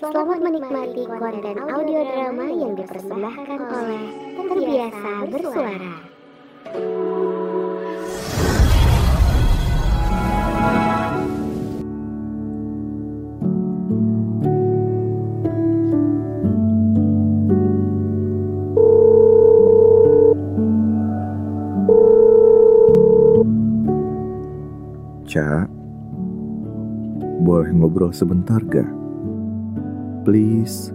Selamat menikmati konten audio drama yang dipersembahkan oleh Terbiasa Bersuara. Ca, boleh ngobrol sebentar gak? Please.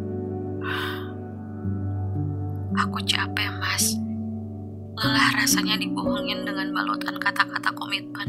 Aku capek, Mas. Lelah rasanya dibohongin dengan balutan kata-kata komitmen.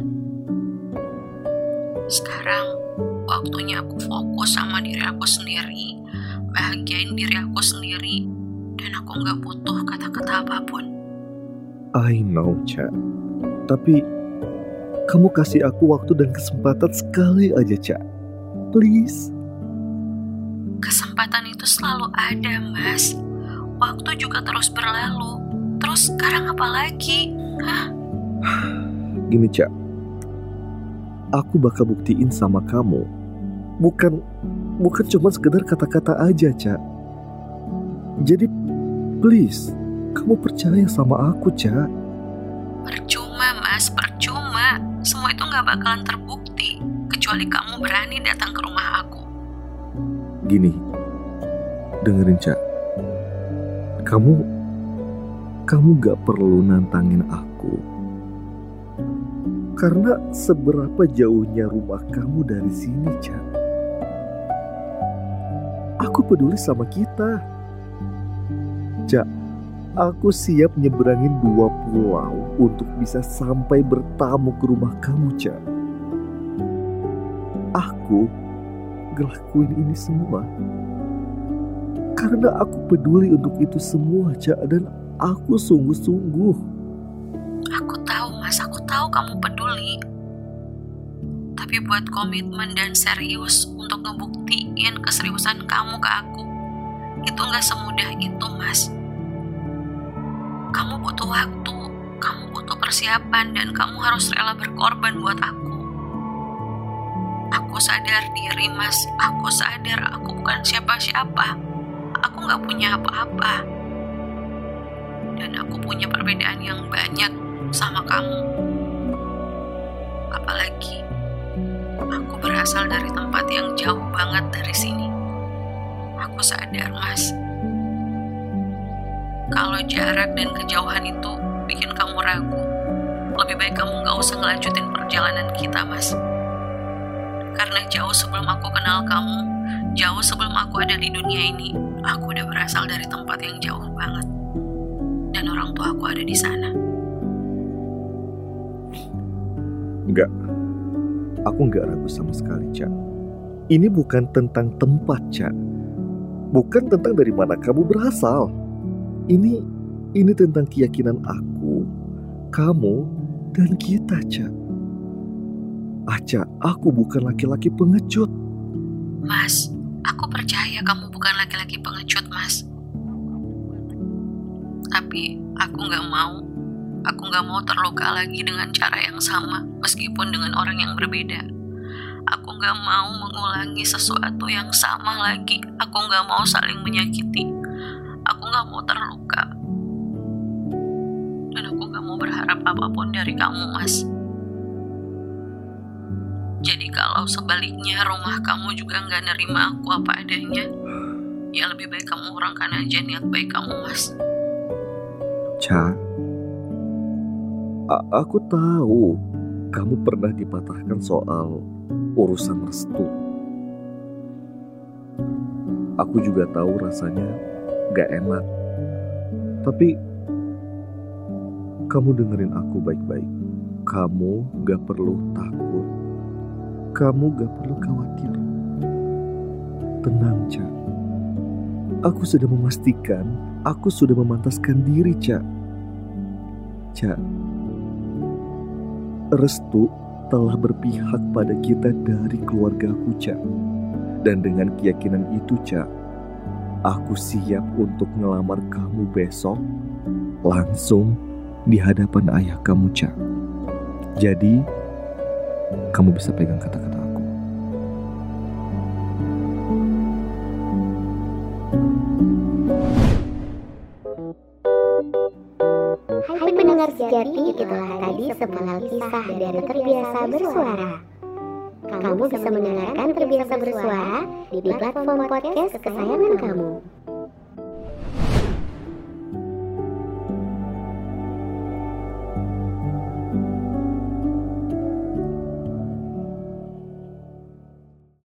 Sekarang, waktunya aku fokus sama diri aku sendiri, bahagiain diri aku sendiri, dan aku gak butuh kata-kata apapun. I know, Ca. Tapi kamu kasih aku waktu dan kesempatan sekali aja, Ca. Please. Kesempatan itu selalu ada, Mas. Waktu juga terus berlalu. Terus sekarang apa lagi? Gini, Ca. Aku bakal buktiin sama kamu. Bukan cuma sekedar kata-kata aja, Ca. Jadi, please, kamu percaya sama aku, Ca. Percuma, Mas, percuma. Semua itu gak bakalan terbukti kecuali kamu berani datang ke rumah aku. Gini, dengerin, Ca. Kamu gak perlu nantangin aku. Karena seberapa jauhnya rumah kamu dari sini, Ca. Aku peduli sama kita. Ca, aku siap nyeberangin 2 pulau untuk bisa sampai bertamu ke rumah kamu, Ca. Aku ngelakuin ini semua karena aku peduli untuk itu semua, Ca, dan aku sungguh-sungguh. Aku tahu, Mas, aku tahu kamu peduli. Tapi buat komitmen dan serius untuk ngebuktiin keseriusan kamu ke aku, itu gak semudah itu, Mas. Kamu butuh waktu, kamu butuh persiapan, dan kamu harus rela berkorban buat aku. Aku sadar diri, Mas. Aku sadar aku bukan siapa-siapa. Aku gak punya apa-apa. Dan aku punya perbedaan yang banyak sama kamu. Apalagi, aku berasal dari tempat yang jauh banget dari sini. Aku sadar, Mas. Kalau jarak dan kejauhan itu bikin kamu ragu, lebih baik kamu gak usah ngelanjutin perjalanan kita, Mas. Karena jauh sebelum aku kenal kamu, jauh sebelum aku ada di dunia ini, aku udah berasal dari tempat yang jauh banget. Dan orang tua aku ada di sana. Enggak, aku enggak ragu sama sekali, Ca. Ini bukan tentang tempat, Ca. Bukan tentang dari mana kamu berasal. Ini tentang keyakinan aku, kamu, dan kita, Ca. Ca, aku bukan laki-laki pengecut. Mas, aku percaya kamu bukan laki-laki pengecut, Mas. Tapi aku gak mau. Aku gak mau terluka lagi dengan cara yang sama, meskipun dengan orang yang berbeda. Aku gak mau mengulangi sesuatu yang sama lagi. Aku gak mau saling menyakiti. Aku gak mau terluka. Dan aku gak mau berharap apapun dari kamu, Mas. Jadi kalau sebaliknya rumah kamu juga gak nerima aku apa adanya, ya lebih baik kamu urangkan aja niat baik kamu, Mas. Ca, aku tahu kamu pernah dipatahkan soal urusan restu. Aku juga tahu rasanya gak enak. Tapi kamu dengerin aku baik-baik. Kamu gak perlu takut. Kamu gak perlu khawatir. Tenang, Ca. Aku sudah memastikan, aku sudah memantaskan diri, Ca. Ca, restu telah berpihak pada kita dari keluargaku, Ca. Dan dengan keyakinan itu, Ca, aku siap untuk ngelamar kamu besok langsung di hadapan ayah kamu, Ca. Jadi, kamu bisa pegang kata-kata aku. Hai pendengar sejati, itulah tadi sepenggal kisah dari Terbiasa Bersuara. Kamu bisa mendengarkan Terbiasa Bersuara di platform podcast kesayangan kamu.